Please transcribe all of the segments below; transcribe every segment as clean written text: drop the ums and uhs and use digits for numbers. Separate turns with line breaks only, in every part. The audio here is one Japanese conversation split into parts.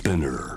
Spinner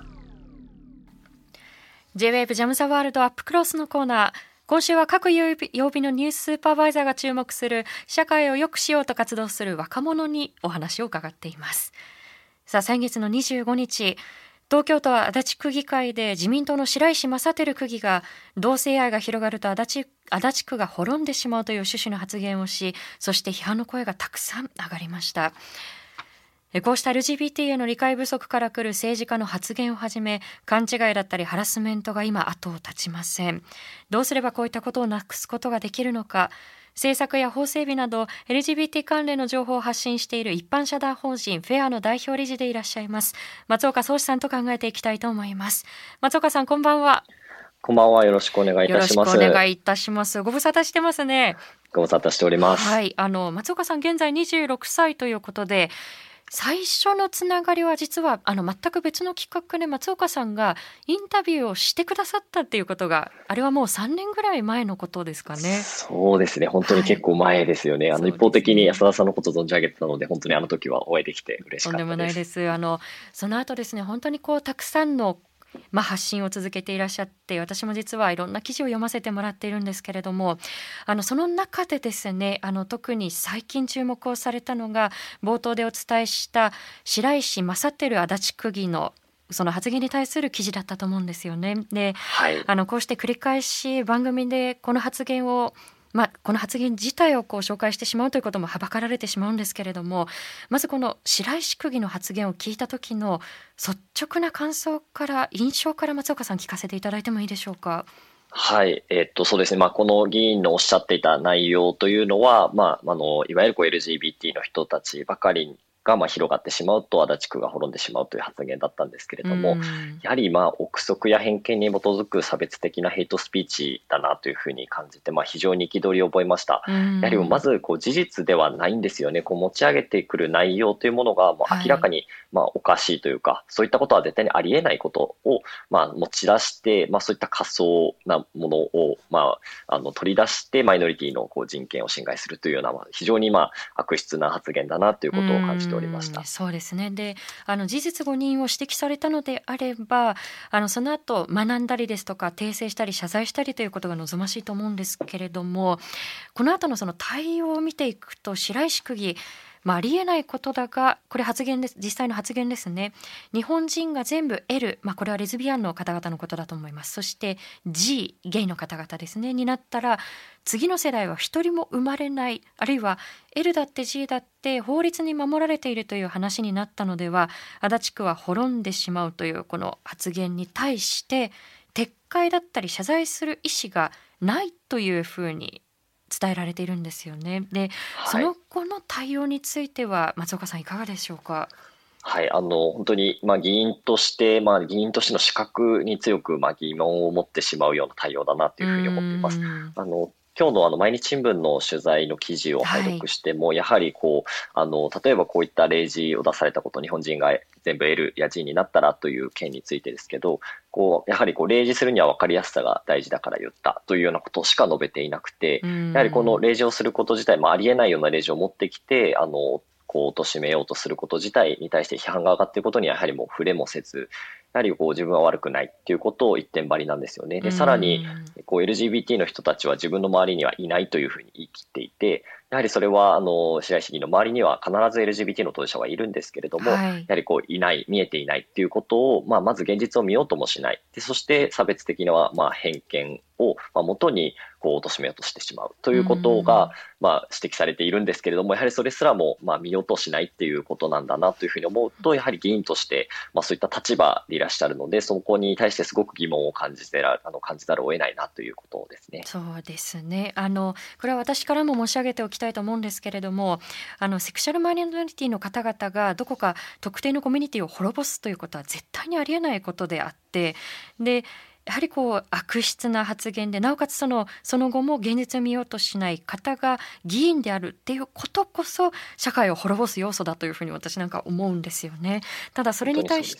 J-WAVE ジャムザワールドアップクロスのコーナー。今週は各曜日のニューススーパーバイザーが注目する社会を良くしようと活動する若者にお話を伺っています。さあ、先月の25日、東京都足立区議会で自民党の白石正輝区議が同性愛が広がると足立区が滅んでしまうという趣旨の発言をし、そして批判の声がたくさん上がりました。こうした LGBT への理解不足から来る政治家の発言をはじめ、勘違いだったりハラスメントが今後を絶ちません。どうすればこういったことをなくすことができるのか、政策や法整備など LGBT 関連の情報を発信している一般社団法人フェアの代表理事でいらっしゃいます松岡宗嗣さんと考えていきたいと思います。松岡さん、こんばんは。
こんばんは。よろしくお願いいたします。
よろしくお願いいたします。ご無沙汰してますね。
ご無沙汰しております。
はい、松岡さん現在26歳ということで、最初のつながりは実は全く別の企画で松岡さんがインタビューをしてくださったっていうことが、あれはもう3年ぐらい前のことですかね。
そうですね。本当に結構前ですよね。
はい、
一方的に安田さんのことを存じ上げてたので、本当にあの時はお会いできて嬉しかったです。
とんでもないです。その後ですね、本当にたくさんの発信を続けていらっしゃって、私も実はいろんな記事を読ませてもらっているんですけれども、その中でですね、特に最近注目をされたのが、冒頭でお伝えした白石正輝足立区議のその発言に対する記事だったと思うんですよね。で、
はい、
こうして繰り返し番組でこの発言自体を紹介してしまうということもはばかられてしまうんですけれども、まずこの白石区議の発言を聞いた時の率直な感想から印象から松岡さん聞かせていただいてもいいでしょうか。
はい、そうですね。この議員のおっしゃっていた内容というのは、いわゆるLGBT の人たちばかりが広がってしまうと足立区が滅んでしまうという発言だったんですけれども、やはり憶測や偏見に基づく差別的なヘイトスピーチだなというふうに感じて、非常に憤りを覚えました。やはりまず事実ではないんですよね。持ち上げてくる内容というものが明らかにおかしいというか、そういったことは絶対にありえないことを持ち出して、そういった仮想なものを取り出してマイノリティの人権を侵害するというような非常に悪質な発言だなということを感じておりました。
そうですね。で、事実誤認を指摘されたのであれば、その後学んだりですとか訂正したり謝罪したりということが望ましいと思うんですけれども、この後のその対応を見ていくと、白石区議、ありえないことだが、これ発言です、実際の発言ですね。日本人が全部 L、これはレズビアンの方々のことだと思います。そして G、ゲイの方々ですねになったら、次の世代は一人も生まれない、あるいは L だって G だって法律に守られているという話になったのでは、足立区は滅んでしまうというこの発言に対して撤回だったり謝罪する意思がないというふうに伝えられているんですよね。で、その後の対応については松岡さんいかがでしょうか。
はい、本当に、議員として、議員としての資格に強く、疑問を持ってしまうような対応だなというふうに思っています。今日の毎日新聞の取材の記事を拝読しても、やはり例えばこういった例示を出されたこと、日本人が全部 L や G になったらという件についてですけど、やはり例示するには分かりやすさが大事だから言ったというようなことしか述べていなくて、やはりこの例示をすること自体、ありえないような例示を持ってきて、貶めようとすること自体に対して批判が上がっていることにはやはりもう触れもせず、やはり自分は悪くないっていうことを一点張りなんですよね。で、さらにLGBT の人たちは自分の周りにはいないというふうに言い切っていて、やはりそれは白石議員の周りには必ず LGBT の当事者はいるんですけれども、やはりいない、見えていないっていうことを、まず現実を見ようともしない。で、そして差別的な偏見を元に貶めようとしてしまうということが指摘されているんですけれども、やはりそれすらも見ようとしないっていうことなんだなというふうに思うと、やはり議員としてそういった立場でいらっしゃるので、そこに対してすごく疑問を感じざるを得ないなということですね。
そうですね。これは私からも申し上げておきたいと思うんですけれども、セクシャルマイノリティの方々がどこか特定のコミュニティを滅ぼすということは絶対にありえないことであって、でやはり悪質な発言で、なおかつその後も現実を見ようとしない方が議員であるっていうことこそ社会を滅ぼす要素だというふうに私なんか思うんですよね。ただそれに対して、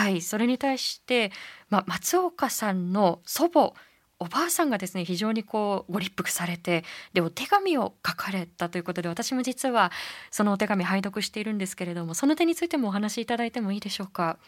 松岡さんの祖母、おばあさんがですね、非常にご立腹されて、でお手紙を書かれたということで、私も実はそのお手紙拝読しているんですけれども、その点についてもお話しいただいてもいいでしょうか。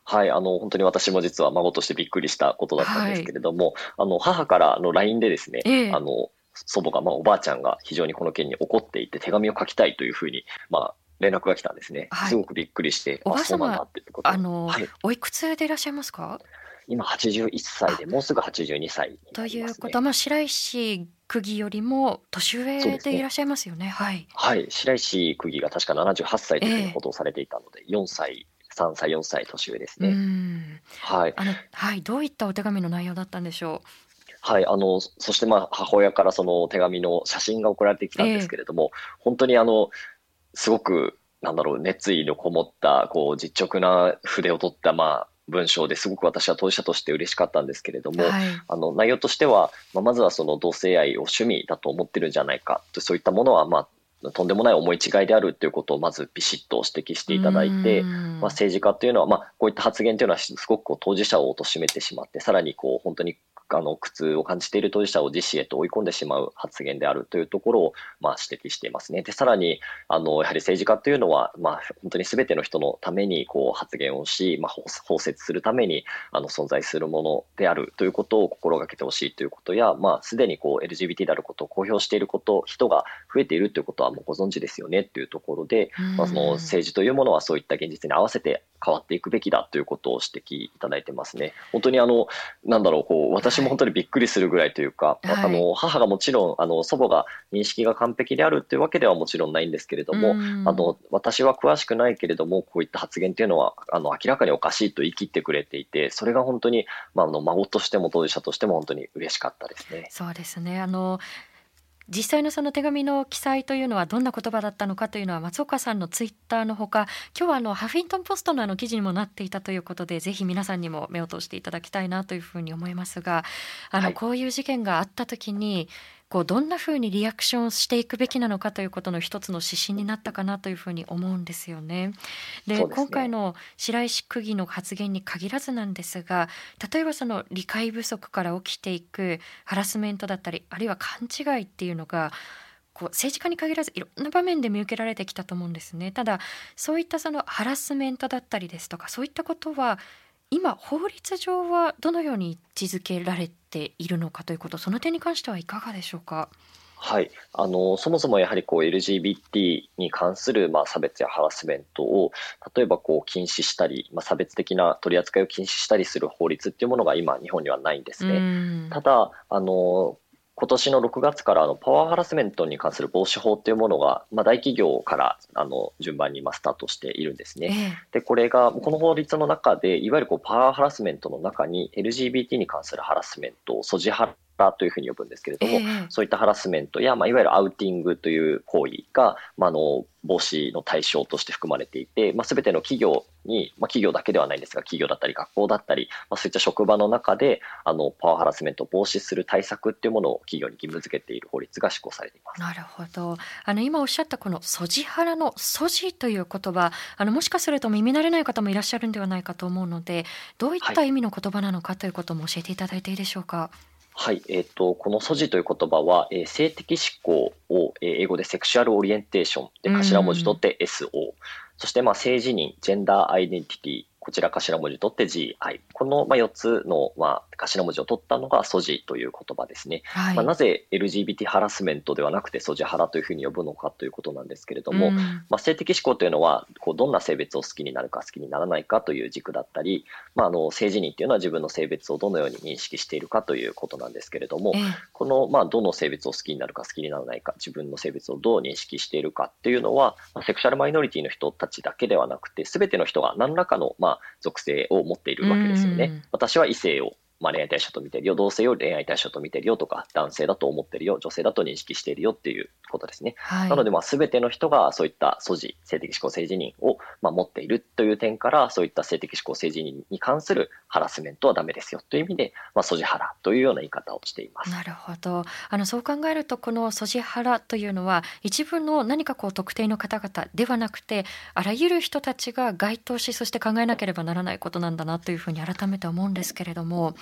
はい、本当に私も実は孫としてびっくりしたことだったんですけれども、母からLINEでですね、
ええ、
祖母が、おばあちゃんが非常にこの件に怒っていて手紙を書きたいというふうに、連絡が来たんですね。
はい。
すごくびっくりして、
おばあ
そうなんだ
様、
っていうことで。はい。
おいくつでいらっしゃいますか？
今81歳
あ、
で、もうすぐ82歳にな
と
り
いうことは、
ますね。
白石区議よりも年上
そうですね。
でいらっしゃいますよね。はい。
はい。白石区議が確か78歳というふうに報
ええ。
道されていたので、4歳、3歳、4歳年上です
うー
ね。
ん。
はい。
はい、どういったお手紙の内容だったんでしょ
はい。そして母親からその手紙の写真が送られてき
う？
たんです
ええ。
けれども、本当にすごく、熱意のこもった、実直な筆を取った、文章ですごく私は当事者として嬉しかったんですけれども、
はい。
内容としては、まずはその同性愛を趣味だと思ってるんじゃないかと、そういったものは、とんでもない思い違いであるということをまずビシッと指摘し
うー
ていただいて、
ん。
政治家というのは、こういった発言というのはすごく当事者を貶めてしまって、さらに本当に苦痛を感じている当事者を自死へと追い込んでしまう発言であるというところを、指摘していますね。で、さらに、やはり政治家というのは、本当に全ての人のために発言をし、包摂するために存在するものであるということを心がけてほしいということや、すでにLGBT であることを公表していること、人が増えているということはもうご存知ですよねというところで、
うー
その
ん。
政治というものはそういった現実に合わせて変わっていくべきだということを指摘いただいてますね。本当に私も本
はい。
当にびっくりするぐらいというか、
はい。
母がもちろん、祖母が認識が完璧であるというわけではもちろんないんですけれ
うー
ども、
ん。
私は詳しくないけれども、こういった発言というのは、明らかにおかしいと言い切ってくれていて、それが本当に、孫としても当事者としても本当に嬉しかったですね。
そうですね。実際のその手紙の記載というのはどんな言葉だったのかというのは松岡さんのツイッターのほか、今日はハフィントンポストの記事にもなっていたということで、ぜひ皆さんにも目を通していただきたいなというふうに思いますが、
はい。
こういう事件があった時にどんなふうにリアクションしていくべきなのかということの一つの指針になったかなというふうに思うんですよね。で、
そうですね。
今回の白石区議の発言に限らずなんですが、例えばその理解不足から起きていくハラスメントだったり、あるいは勘違いっていうのが政治家に限らずいろんな場面で見受けられてきたと思うんですね。ただそういったそのハラスメントだったりですとか、そういったことは今法律上はどのように位置づけられているのかということ、その点に関してはいかがでしょうか？
はい。そもそもやはりLGBT に関する差別やハラスメントを例えば禁止したり、差別的な取り扱いを禁止したりする法律っていうものが今日本にはないんで
うー
すね。た
ん。
だ今年の6月からパワーハラスメントに関する防止法っていうものが、大企業から順番にスタートしているんですね。
ええ。
で、この法律の中で、いわゆるパワーハラスメントの中に LGBT に関するハラスメントをソジハラというふうに呼ぶんですけれ
え
ども、
え。
そういったハラスメントや、いわゆるアウティングという行為が、防止の対象として含まれていて、全ての企業に、企業だけではないんですが、企業だったり学校だったり、そういった職場の中で、パワーハラスメントを防止する対策っていうものを企業に義務付けている法律が施行されています。
なるほど。今おっしゃったこのソジハラのソジという言葉、もしかすると耳慣れない方もいらっしゃるんではないかと思うので、どういっ
はい。
た意味の言葉なのかということも教えていただいていいでしょうか？
はい。このソジという言葉は、性的指向を、英語でセクシュアルオリエンテーションで
うー
頭文字取
ん。
って SO。そして、性自認、ジェンダーアイデンティティ、こちら頭文字取って GI。この、4つの、頭文字を取ったのがソジという言葉ですね。
はい。
なぜ LGBT ハラスメントではなくてソジハラというふうに呼ぶのかということなんですけれど
う
も、
ん。
性的指向というのは、どんな性別を好きになるか好きにならないかという軸だったり、性自認というのは自分の性別をどのように認識しているかということなんですけれども、
ええ。
この、どの性別を好きになるか好きにならないか、自分の性別をどう認識しているかっていうのは、セクシャルマイノリティの人たちだけではなくて、すべての人が何らかの、属性を持ってい
うー
るわけですよね。
ん。
私は異性を恋愛対象と見てるよ、同性を恋愛対象と見てるよとか、男性だと思ってるよ、女性だと認識しているよっていうことですね。
はい。
なので、全ての人がそういった素地、性的指向性自認を、持っているという点から、そういった性的指向性自認に関するハラスメントはダメですよという意味で、素地ハラというような言い方をしています。
なるほど。そう考えるとこのソジハラというのは一部の何か特定の方々ではなくて、あらゆる人たちが該当し、そして考えなければならないことなんだなというふうに改めて思うんですけれども、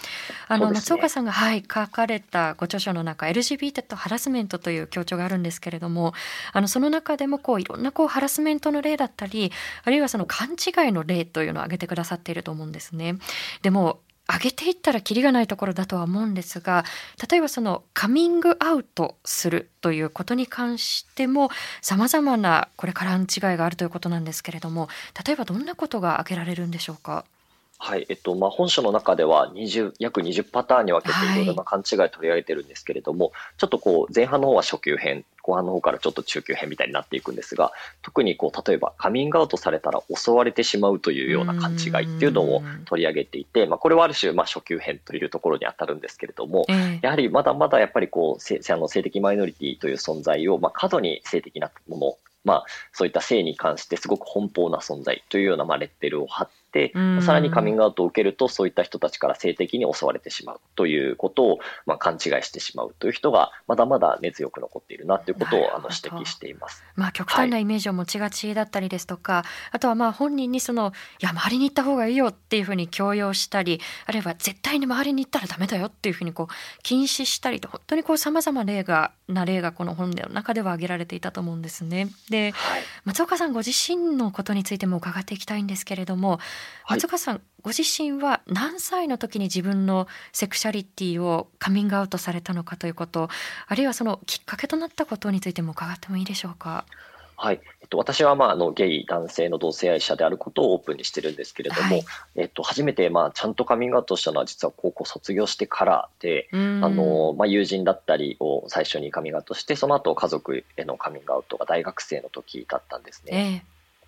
松岡さんが、書かれたご著書の中 LGBT とハラスメントという強調があるんですけれども、その中でもいろんなハラスメントの例だったり、あるいはその勘違いの例というのを挙げてくださっていると思うんですね。でも挙げていったらキリがないところだとは思うんですが、例えばそのカミングアウトするということに関しても様々なこれから勘違いがあるということなんですけれども、例えばどんなことが挙げられるんでしょうか。
はい、本書の中では約20パターンに分けていろいろな勘違いを取り上げてるんですけれども、ちょっと前半の方は初級編、後半の方からちょっと中級編みたいになっていくんですが、特に例えばカミングアウトされたら襲われてしまうというような勘違いっていうのを取り上げていて、これはある種、初級編というところに当たるんですけれども、やはりまだまだやっぱり性的マイノリティという存在を、過度に性的なもの、そういった性に関してすごく奔放な存在というようなレッテルを貼って、さらにカミングアウトを受けるとそういった人たちから性的に襲われてしまうということを、勘違いしてしまうという人がまだまだ根強く残っているなということを指摘しています。
極端なイメージを持ちがちだったりですとか、あとは本人に周りに行った方がいいよっていうふうに強要したり、あるいは絶対に周りに行ったらダメだよっていうふうに禁止したりと、本当に様々な例がこの本の中では挙げられていたと思うんですね。で、松岡さんご自身のことについても伺っていきたいんですけれども、松岡さんご自身は何歳の時に自分のセクシャリティをカミングアウトされたのかということ、あるいはそのきっかけとなったことについても伺ってもいいでしょうか。
はい。私は、ゲイ男性の同性愛者であることをオープンにしてるんですけれども、初めて、ちゃんとカミングアウトしたのは実は高校卒業してからで、友人だったりを最初にカミングアウトして、その後家族へのカミングアウトが大学生の時だったんですね。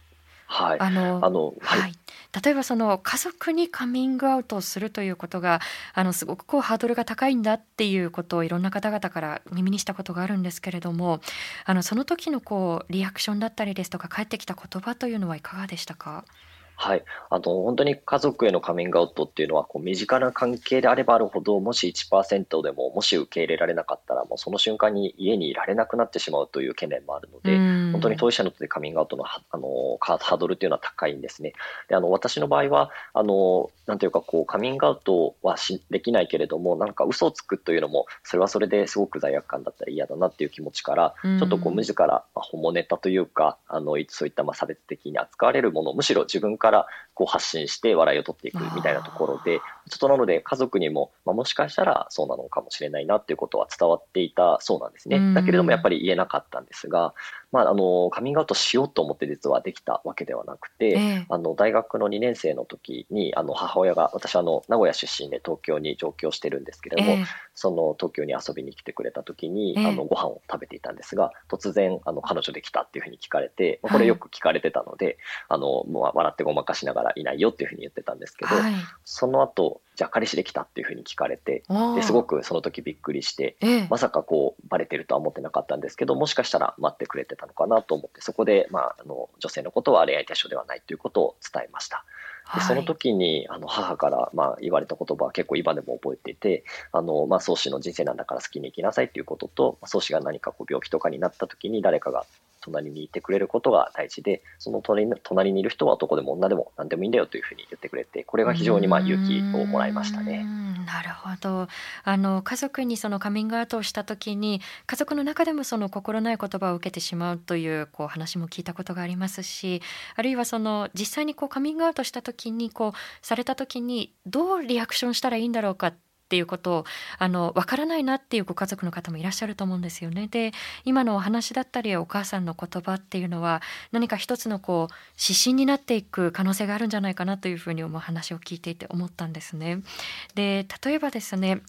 例えばその家族にカミングアウトをするということがすごくハードルが高いんだっていうことをいろんな方々から耳にしたことがあるんですけれども、その時のリアクションだったりですとか返ってきた言葉というのはいかがでしたか。
はい。本当に家族へのカミングアウトっていうのは、身近な関係であればあるほど、もし 1% でも、もし受け入れられなかったら、もうその瞬間に家にいられなくなってしまうという懸念もあるので、本当に当事者のとでカミングアウトの、ハードルっていうのは高いんですね。で、私の場合は、なんていうか、カミングアウトはできないけれども、なんか嘘をつくというのも、それはそれですごく罪悪感だったり嫌だなっていう気持ちから、ちょっと自ら、ホモネタというか、そういった差別的に扱われるものを、むしろ自分から発信して笑いを取っていくみたいなところで、ちょっとなので家族にも、もしかしたらそうなのかもしれないなっていうことは伝わっていたそうなんですね。だけれどもやっぱり言えなかったんですが、カミングアウトしようと思って実はできたわけではなくて、大学の2年生の時に母親が、私は名古屋出身で東京に上京してるんですけれども、その東京に遊びに来てくれた時にご飯を食べていたんですが、突然彼女できたっていうふうに聞かれて、これよく聞かれてたので、もう笑ってごまかしながらいないよっていうふうに言ってたんですけど、その後じゃあ彼氏できたっていうふうに聞かれて、ですごくその時びっくりして、まさかバレてるとは思ってなかったんですけど、もしかしたら待ってくれてたのかなと思って、そこで、女性のことは恋愛対象ではないということを伝えました。でその時に母から言われた言葉は結構今でも覚えていて、宗師の人生なんだから好きに生きなさいということと、宗師が何か病気とかになった時に誰かが隣にいてくれることが大事で、その隣にいる人は男でも女でも何でもいいんだよというふうに言ってくれて、これが非常に勇気をもらいましたね。
なるほど。家族にそのカミングアウトをした時に、家族の中でもその心ない言葉を受けてしまうという話も聞いたことがありますし、あるいは実際にカミングアウトした時にされた時にどうリアクションしたらいいんだろうかっていうことをわからないなっていうご家族の方もいらっしゃると思うんですよね。で、今のお話だったりお母さんの言葉っていうのは何か一つの指針になっていく可能性があるんじゃないかなというふうに話を聞いていて思ったんですね。で、例えばですね、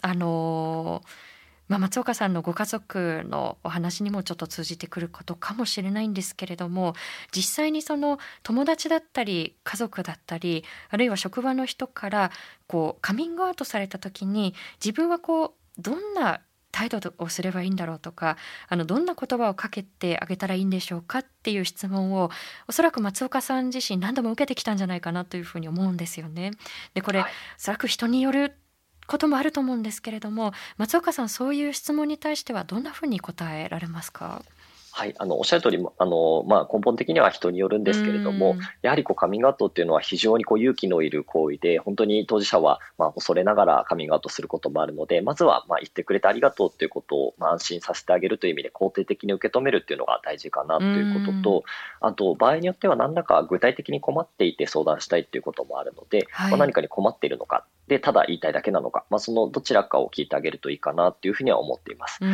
松岡さんのご家族のお話にもちょっと通じてくることかもしれないんですけれども、実際にその友達だったり家族だったり、あるいは職場の人からカミングアウトされた時に、自分はどんな態度をすればいいんだろうとか、どんな言葉をかけてあげたらいいんでしょうかっていう質問を、おそらく松岡さん自身何度も受けてきたんじゃないかなというふうに思うんですよね。で、これ、おそらく人によることもあると思うんですけれども、松岡さん、そういう質問に対してはどんなふうに答えられますか？
はい、おっしゃる通り、根本的には人によるん
う
ですけれども、
ん。
やはりカミングアウトっていうのは非常に勇気のいる行為で、本当に当事者は恐れながらカミングアウトすることもあるので、まずは言ってくれてありがとうということを安心させてあげるという意味で肯定的に受け止めるっていうのが大事かな
う
ということ
ん。
と、あと場合によっては何らか具体的に困っていて相談したいということもあるので、
はい。
何かに困っているのか、で、ただ言いたいだけなのか、そのどちらかを聞いてあげるといいかなというふうには思っています。
うん。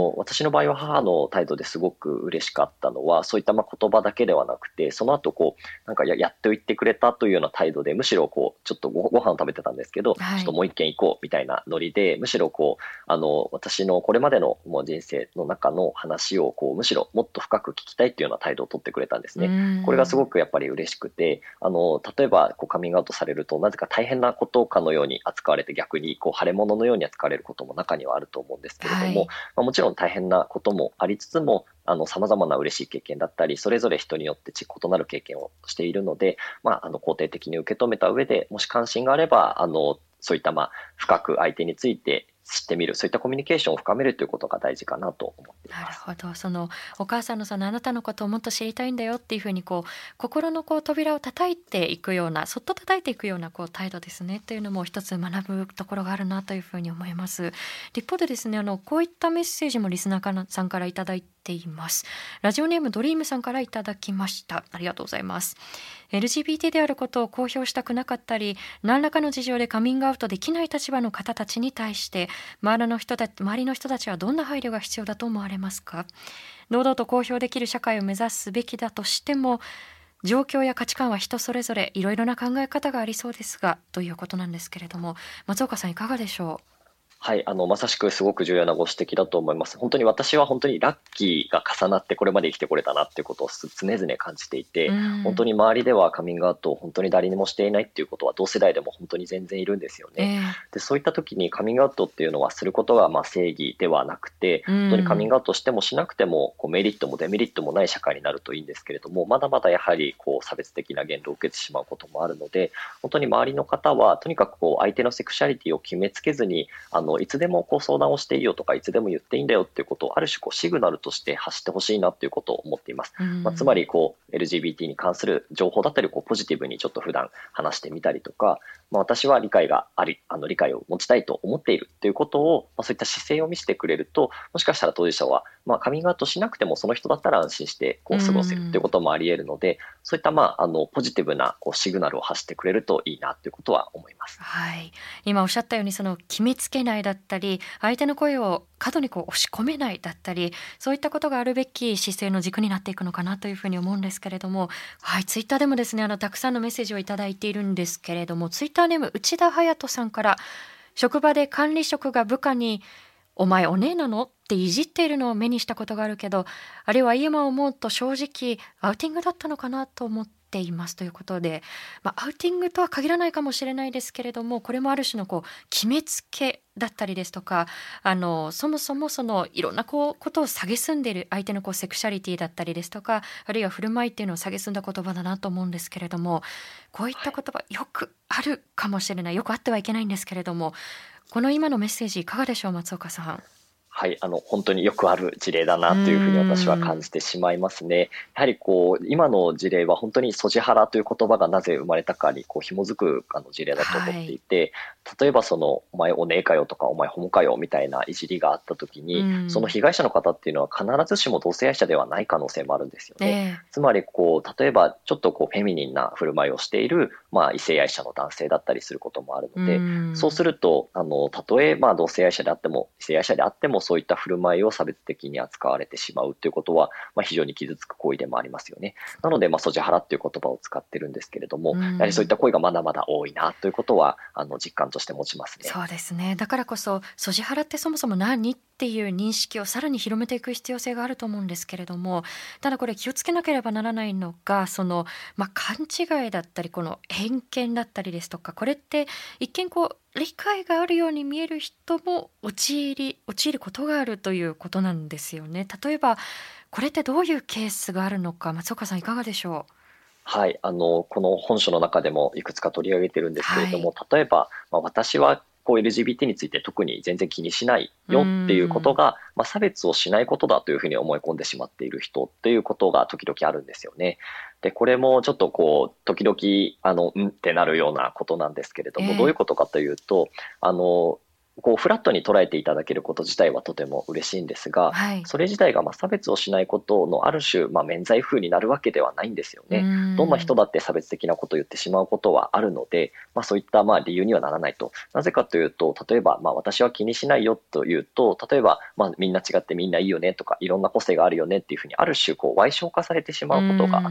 私の場合は母の態度ですごく嬉しかったのは、そういった言葉だけではなくて、その後なんかやっと言ってくれたというような態度で、むしろちょっとご飯を食べてたんですけど、ちょ
はい。
っともう一軒行こうみたいなノリで、むしろ私のこれまでのもう人生の中の話をむしろもっと深く聞きたいというような態度を取ってくれたんです
う
ね。これがすご
ん。
くやっぱり嬉しくて、例えばカミングアウトされると、なぜか大変なことかのように扱われて、逆に腫れ物のように扱われることも中にはあると思うんですけれども、
はい。
もちろん大変なこともありつつも、様々な嬉しい経験だったり、それぞれ人によって異なる経験をしているので、肯定的に受け止めた上で、もし関心があれば、そういった深く相手について知ってみる、そういったコミュニケーションを深めるということが大事かなと思っています。
なるほど。お母さんのあなたのことをもっと知りたいんだよっていうふうに心の扉を叩いていくような、そっと叩いていくような態度ですねというのも一つ学ぶところがあるなというふうに思います。一方でですね、こういったメッセージもリスナーさんからいただいています。ラジオネームドリームさんからいただきました。ありがとうございます。LGBT であることを公表したくなかったり、何らかの事情でカミングアウトできない立場の方たちに対して、周りの人たちはどんな配慮が必要だと思われますか？堂々と公表できる社会を目指すべきだとしても、状況や価値観は人それぞれいろいろな考え方がありそうですが、ということなんですけれども、松岡さんいかがでしょ
はい、まさしくすごく重要なご指摘だと思います。本当に私は本当にラッキーが重なってこれまで生きてこれたなっていうことを常々感じてい
う？う
て、本当
ん。
に周りではカミングアウトを本当に誰にもしていないっていうことは同世代でも本当に全然いるんですよね。
ええ。
で、そういった時にカミングアウトっていうのはすることが正義ではなくて、
う
本当にカミン
ん。
グアウトしてもしなくてもメリットもデメリットもない社会になるといいんですけれども、まだまだやはり差別的な言動を受けてしまうこともあるので、本当に周りの方はとにかく相手のセクシャリティを決めつけずに、いつでも相談をしていいよとか、いつでも言っていいんだよっていうことをある種シグナルとして発してほしいなっていうことを思っています。
うん。
つまりLGBT に関する情報だったりをポジティブにちょっと普段話してみたりとか、私は理解があり、理解を持ちたいと思っているということを、そういった姿勢を見せてくれると、もしかしたら当事者は、カミングアウトしなくてもその人だったら安心して
う
過ごせるという
ん。
こともあり得るので、そういったポジティブなシグナルを発してくれるといいなということは思います。
はい、今おっしゃったように決めつけないだったり、相手の声を過度に押し込めないだったり、そういったことがあるべき姿勢の軸になっていくのかなというふうに思うんですけれども、はい、ツイッターでもですね、たくさんのメッセージをいただいているんですけれども、ツイッターネーム内田隼人さんから、職場で管理職が部下にお前お姉なのっていじっているのを目にしたことがあるけど、あれは今思うと正直アウティングだったのかなと思っていますということで、アウティングとは限らないかもしれないですけれども、これもある種の決めつけだったりですとか、そもそもいろんなことを蔑んでいる相手のセクシャリティだったりですとか、あるいは振る舞いっていうのを蔑んだ言葉だなと思うんですけれども、こういった
はい。
言葉よくあるかもしれない、よくあってはいけないんですけれども、この今のメッセージいかがでしょう、松岡さん。
はい、本当によくある事例だ
う
なというふうに私は感
ーん。
じてしまいますね。やはり今の事例は本当にソジハラという言葉がなぜ生まれたかに紐づく事例だと思っ
はい。
ていて、例えばお前お姉かよとかお前ホモかよみたいないじりがあった時
う
に、その
ん。
被害者の方っていうのは必ずしも同性愛者ではない可能性もあるんですよね。
ええ。
つまり例えばちょっとフェミニンな振る舞いをしている、異性愛者の男性だったりすることもある
う
ので、そう
ん。
すると、たとえ、同性愛者であっても、異性愛者であっても、そういった振る舞いを差別的に扱われてしまうということは、非常に傷つく行為でもありますよね。なので、ソジハラっていう言葉を使ってるんですけれども、
う
やはりそういっ
ん。
た行為がまだまだ多いなということは、実感として持ちますね。
そうですね。だからこそ、ソジハラってそもそも何っていう認識をさらに広めていく必要性があると思うんですけれども、ただこれ気をつけなければならないのが、勘違いだったり、この偏見だったりですとか、これって一見理解があるように見える人も陥ることがあるということなんですよね。例えば、これってどういうケースがあるのか、松岡さんいかがでしょう？
はい、この本書の中でもいくつか取り上げてるんですけれ
はい。
ども、例えば、私は LGBT について特に全然気にしないよっていうことが、差別をしないことだというふうに思い込んでしまっている人っていうことが時々あるんですよね。で、これもちょっと時々、ってなるようなことなんですけれども、どういうことかというと、フラットに捉えていただけること自体はとても嬉しいんですが、
はい、
それ自体が差別をしないことのある種、免罪符になるわけではないんですよね。どんな人だって差別的なことを言ってしまうことはあるので、そういった理由にはならないと。なぜかというと、例えば、私は気にしないよというと、例えば、みんな違ってみんないいよねとか、いろんな個性があるよねっていうふうに、ある種、歪償化されてしまうことがあって、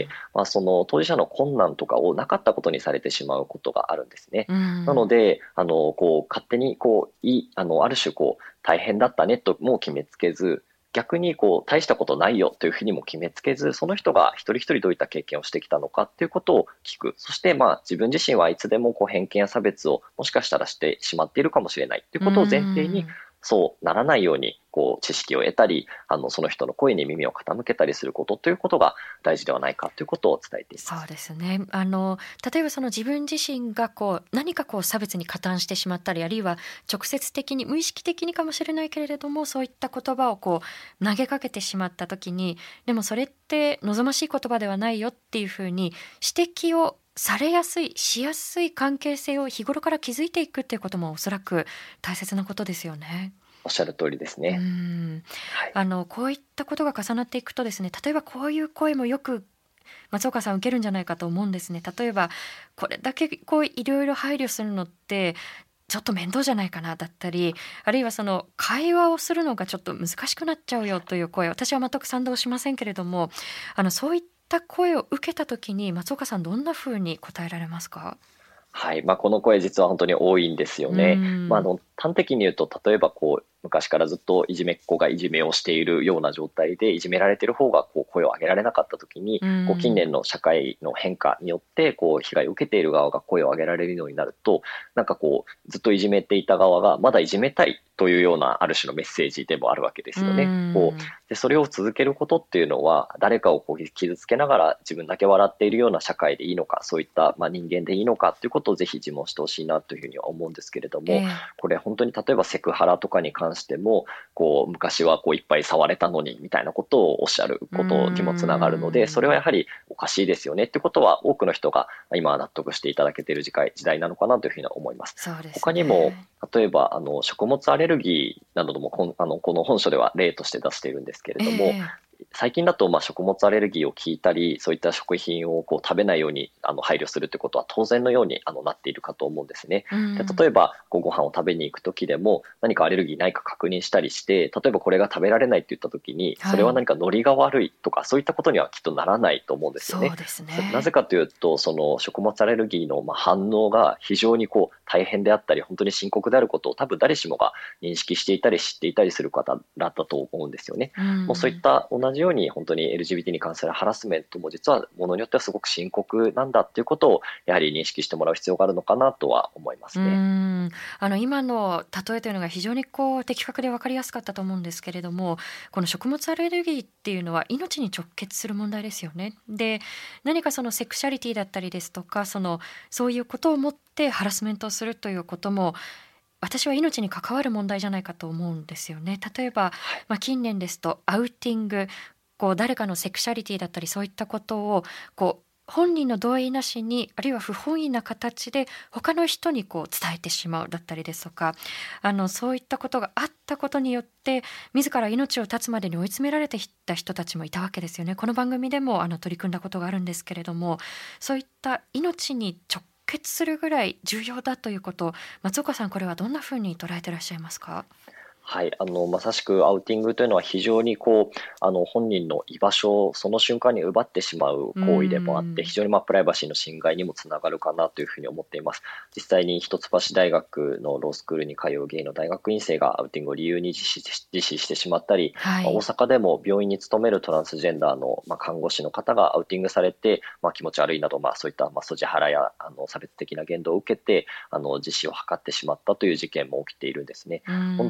その当事者の困難とかをなかったことにされてしまうことがあるんですね。なので、勝手にある種大変だったねとも決めつけず、逆に大したことないよというふうにも決めつけず、その人が一人一人どういった経験をしてきたのかっていうことを聞く。そして自分自身はいつでも偏見や差別をもしかしたらしてしまっているかもしれないということを前提に、そうならないように知識を得たり、その人の声に耳を傾けたりすることということが大事ではないかということを伝えています。
そうですね。例えばその自分自身が何か差別に加担してしまったり、あるいは直接的に無意識的にかもしれないけれども、そういった言葉を投げかけてしまった時に、でもそれって望ましい言葉ではないよっていうふうに指摘をされやすいしやすい関係性を日頃から築いていくっていうこともおそらく大切なことですよね。
おっしゃる通りですね。
はい、こういったことが重なっていくとですね、例えばこういう声もよく松岡さん受けるんじゃないかと思うんですね。例えばこれだけいろいろ配慮するのってちょっと面倒じゃないかなだったり、あるいはその会話をするのがちょっと難しくなっちゃうよという声、私は全く賛同しませんけれども、そういった声を受けた時に松岡さんどんなふうに答えられますか？
はい、この声実は本当に多いんですよね。端的に言うと、例えば昔からずっといじめっ子がいじめをしているような状態で、いじめられている方が声を上げられなかった時に、近年の社会の変化によって被害を受けている側が声を上げられるようになると、ずっといじめていた側がまだいじめたいというようなある種のメッセージでもあるわけですよね。でそれを続けることっていうのは、誰かを傷つけながら自分だけ笑っているような社会でいいのか、そういった人間でいいのかということをぜひ自問してほしいなというふうには思うんですけれども、これ本当に例えばセクハラとかに関しても、昔はいっぱい触れたのにみたいなことをおっしゃることにもつながるので、それはやはりおかしいですよねってことは、多くの人が今は納得していただけている時代なのかなというふうに思います。
そうですね。
他にも例えば食物アレルギーなどもこの本書では例として出しているんですけれども、最近だと食物アレルギーを聞いたり、そういった食品を食べないように配慮するということは当然のようになっているかと思うんですね。で例えばご飯を食べに行くときでも、何かアレルギーないか確認したりして、例えばこれが食べられないといったときに、それは何かノリが悪いとか、そういったことにはきっとならないと思うんですよね。
そうですね。
なぜかというと、その食物アレルギーの反応が非常に大変であったり、本当に深刻であることを多分誰しもが認識していたり知っていたりする方だったと思うんですよね。もうそういった同じように本当に LGBT に関するハラスメントも実はものによってはすごく深刻なんだっていうことをやはり認識してもらう必要があるのかなとは思いますね。
今の例えというのが非常に的確で分かりやすかったと思うんですけれども、この食物アレルギーっていうのは命に直結する問題ですよね。で、何かそのセクシャリティだったりですとか、そういうことをもってハラスメントをするということも、私は命に関わる問題じゃないかと思うんですよね。例えば、近年ですとアウティング、誰かのセクシャリティだったりそういったことを本人の同意なしに、あるいは不本意な形で他の人に伝えてしまうだったりですとか、そういったことがあったことによって自ら命を絶つまでに追い詰められていった人たちもいたわけですよね。この番組でも取り組んだことがあるんですけれども、そういった命に直結するぐらい重要だということ、松岡さん、これはどんなふうに捉えていらっしゃいますか？
はい、まさしくアウティングというのは非常に本人の居場所をその瞬間に奪ってしまう行為でもあって、非常にプライバシーの侵害にもつながるかなというふうに思っています。実際に一橋大学のロースクールに通うゲイの大学院生がアウティングを理由に実施してしまったり、大阪でも病院に勤めるトランスジェンダーの看護師の方がアウティングされて、気持ち悪いなど、そういったソジハラや差別的な言動を受けて自死を図ってしまったという事件も起きているんですね。本当に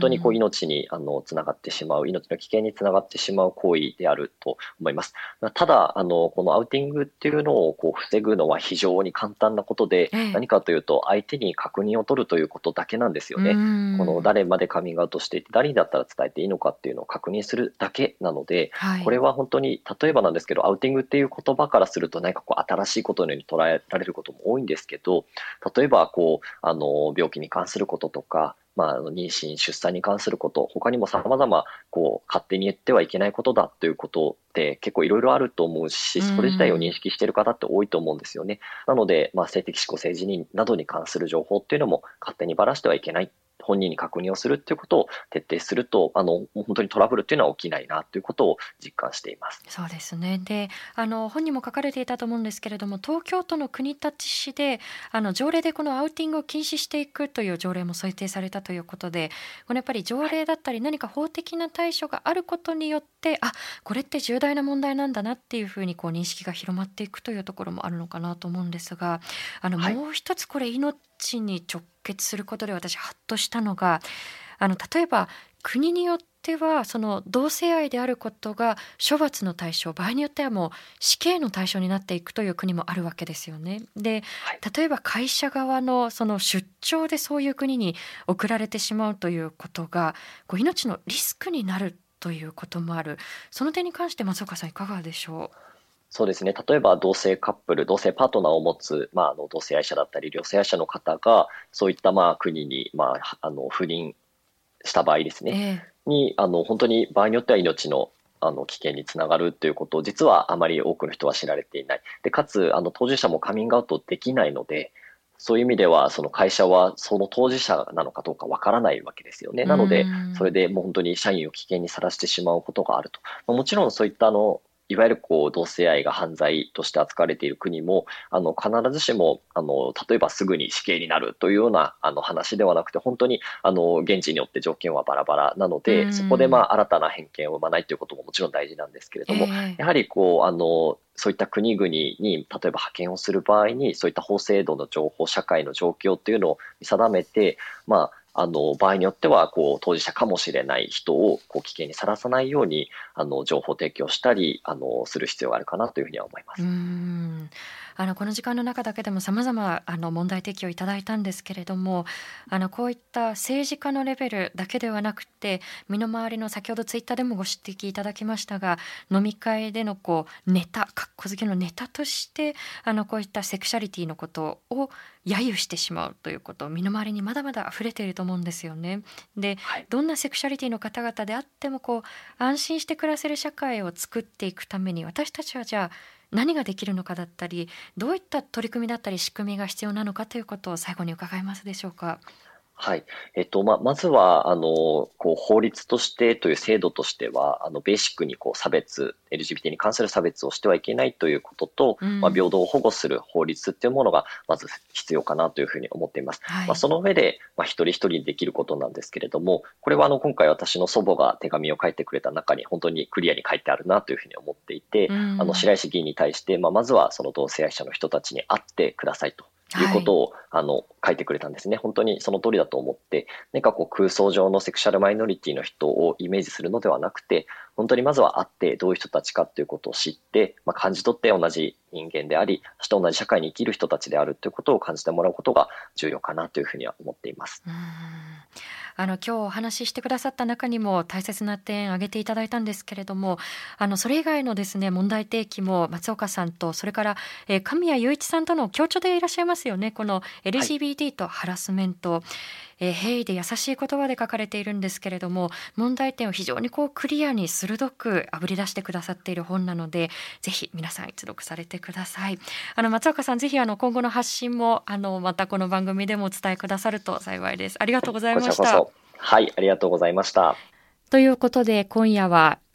命につながってしまう、命の危険につながってしまう行為であると思います。ただこのアウティングっていうのを防ぐのは非常に簡単なことで、何かというと相手に確認を取るということだけなんですよね。この誰までカミングアウトしていて、誰にだったら伝えていいのかっていうのを確認するだけなので、これは本当に例えばなんですけど、アウティングっていう言葉からすると何か新しいことのように捉えられることも多いんですけど、例えば病気に関することとか、妊娠出産に関すること、他にも様々勝手に言ってはいけないことだということって結構いろいろあると思うし、それ自体を認識している方って多いと思うんですよね。なので、性的指向性自認などに関する情報っていうのも勝手にばらしてはいけない、本人に確認をするということを徹底すると、本当にトラブルっていうのは起きないなということを実感しています。
そうですね。で、本にも書かれていたと思うんですけれども、東京都の国立市で条例でこのアウティングを禁止していくという条例も制定されたということで、このやっぱり条例だったり何か法的な対処があることによって、これって重大な問題なんだなっていうふうに認識が広まっていくというところもあるのかなと思うんですが、もう一つこれ命に直結することで私ハッとしたのが、例えば国によってはその同性愛であることが処罰の対象、場合によってはもう死刑の対象になっていくという国もあるわけですよね。で、例えば会社側のその出張でそういう国に送られてしまうということが命のリスクになるということもある。その点に関して松岡さんいかがでしょう。
そうですね。例えば同性カップル、同性パートナーを持つ、同性愛者だったり、両性愛者の方が、そういった国に、赴任した場合ですね、に、本当に場合によっては命の危険につながるということを、実はあまり多くの人は知られていない。で、かつ、当事者もカミングアウトできないので、そういう意味では、その会社はその当事者なのかどうかわからないわけですよね。なので、それでもう本当に社員を危険にさらしてしまうことがあると。もちろんそういったいわゆる同性愛が犯罪として扱われている国も、必ずしも、例えばすぐに死刑になるというような、話ではなくて、本当に、現地によって条件はバラバラなので、そこで、新たな偏見を生まないということももちろん大事なんですけれども、やはり、そういった国々に、例えば派遣をする場合に、そういった法制度の情報、社会の状況というのを見定めて、場合によっては当事者かもしれない人を危険にさらさないように情報提供したりする必要があるかなというふうには思います。
この時間の中だけでも様々問題提起をいただいたんですけれども、こういった政治家のレベルだけではなくて、身の回りの、先ほどツイッターでもご指摘いただきましたが、飲み会でのネタ、かっこ好きのネタとしてこういったセクシャリティのことを揶揄してしまうということ、身の回りにまだまだ溢れていると思うんですよね。で、どんなセクシャリティの方々であっても安心して暮らせる社会を作っていくために、私たちはじゃあ何ができるのかだったり、どういった取り組みだったり仕組みが必要なのかということを最後に伺えますでしょうか。
はい。まずは、法律としてという制度としては、ベーシックに差別、LGBT に関する差別をしてはいけないということと、平等を保護する法律っていうものが、まず必要かなというふうに思っています。その上で、一人一人できることなんですけれども、これは今回私の祖母が手紙を書いてくれた中に本当にクリアに書いてあるなというふうに思っていて、白石議員に対して、まずはその同性愛者の人たちに会ってくださいと。いうことを、書いてくれたんですね。本当にその通りだと思って、何か空想上のセクシャルマイノリティの人をイメージするのではなくて、本当にまずは会ってどういう人たちかということを知って、感じ取って同じ人間であり、そして同じ社会に生きる人たちであるということを感じてもらうことが重要かなというふうには思っています。
今日お話ししてくださった中にも大切な点挙げていただいたんですけれども、それ以外のですね、問題提起も松岡さんと、それから、神谷雄一さんとの共著でいらっしゃいますよね。この LGBT とハラスメント、平易で優しい言葉で書かれているんですけれども、問題点を非常にクリアに鋭くあぶり出してくださっている本なので、ぜひ皆さん一読されてください。松岡さん、ぜひ今後の発信もまたこの番組でもお伝えくださると幸いです。ありがとうございました。
はい、ありがとうございました。
ということで今夜は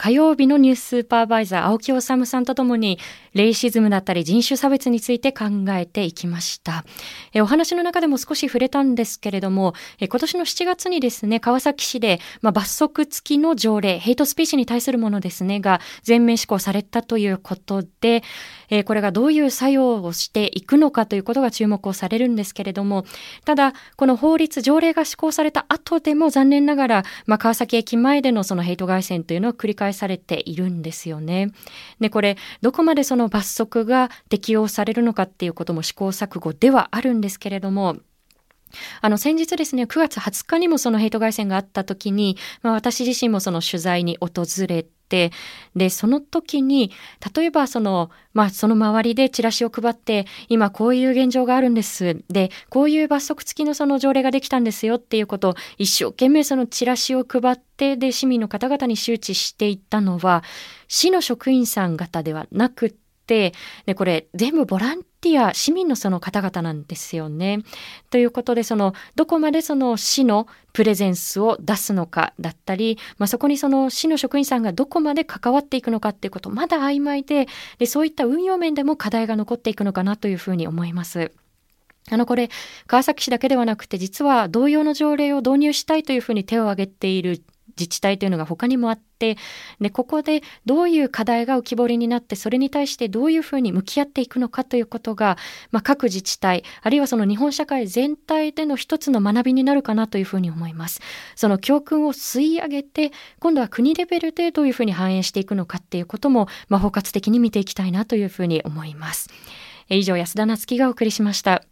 火曜日のニューススーパーバイザー青木治さんとともにレイシズムだったり人種差別について考えていきました。お話の中でも少し触れたんですけれども、今年の7月にですね、川崎市で、罰則付きの条例、ヘイトスピーチに対するものですねが全面施行されたということで、これがどういう作用をしていくのかということが注目をされるんですけれども、ただこの法律条例が施行された後でも残念ながら、川崎駅前でのそのヘイト街戦というのは繰り返されているんですよね。で、これどこまでその罰則が適用されるのかっていうことも試行錯誤ではあるんですけれども、先日ですね、9月20日にもそのヘイト街戦があった時に、私自身もその取材に訪れて、で、その時に、例えばその周りでチラシを配って、今こういう現状があるんです。で、こういう罰則付きのその条例ができたんですよっていうことを一生懸命そのチラシを配って、で、市民の方々に周知していったのは、市の職員さん方ではなくて、で、これ全部ボランティア、市民のその方々なんですよね。ということで、どこまでその市のプレゼンスを出すのかだったり、そこにその市の職員さんがどこまで関わっていくのかっていうこと、まだ曖昧で、そういった運用面でも課題が残っていくのかなというふうに思います。これ、川崎市だけではなくて、実は同様の条例を導入したいというふうに手を挙げている自治体というのが他にもあって、で、ここでどういう課題が浮き彫りになって、それに対してどういうふうに向き合っていくのかということが、各自治体、あるいはその日本社会全体での一つの学びになるかなというふうに思います。その教訓を吸い上げて、今度は国レベルでどういうふうに反映していくのかっていうことも、包括的に見ていきたいなというふうに思います。以上、安田なつきがお送りしました。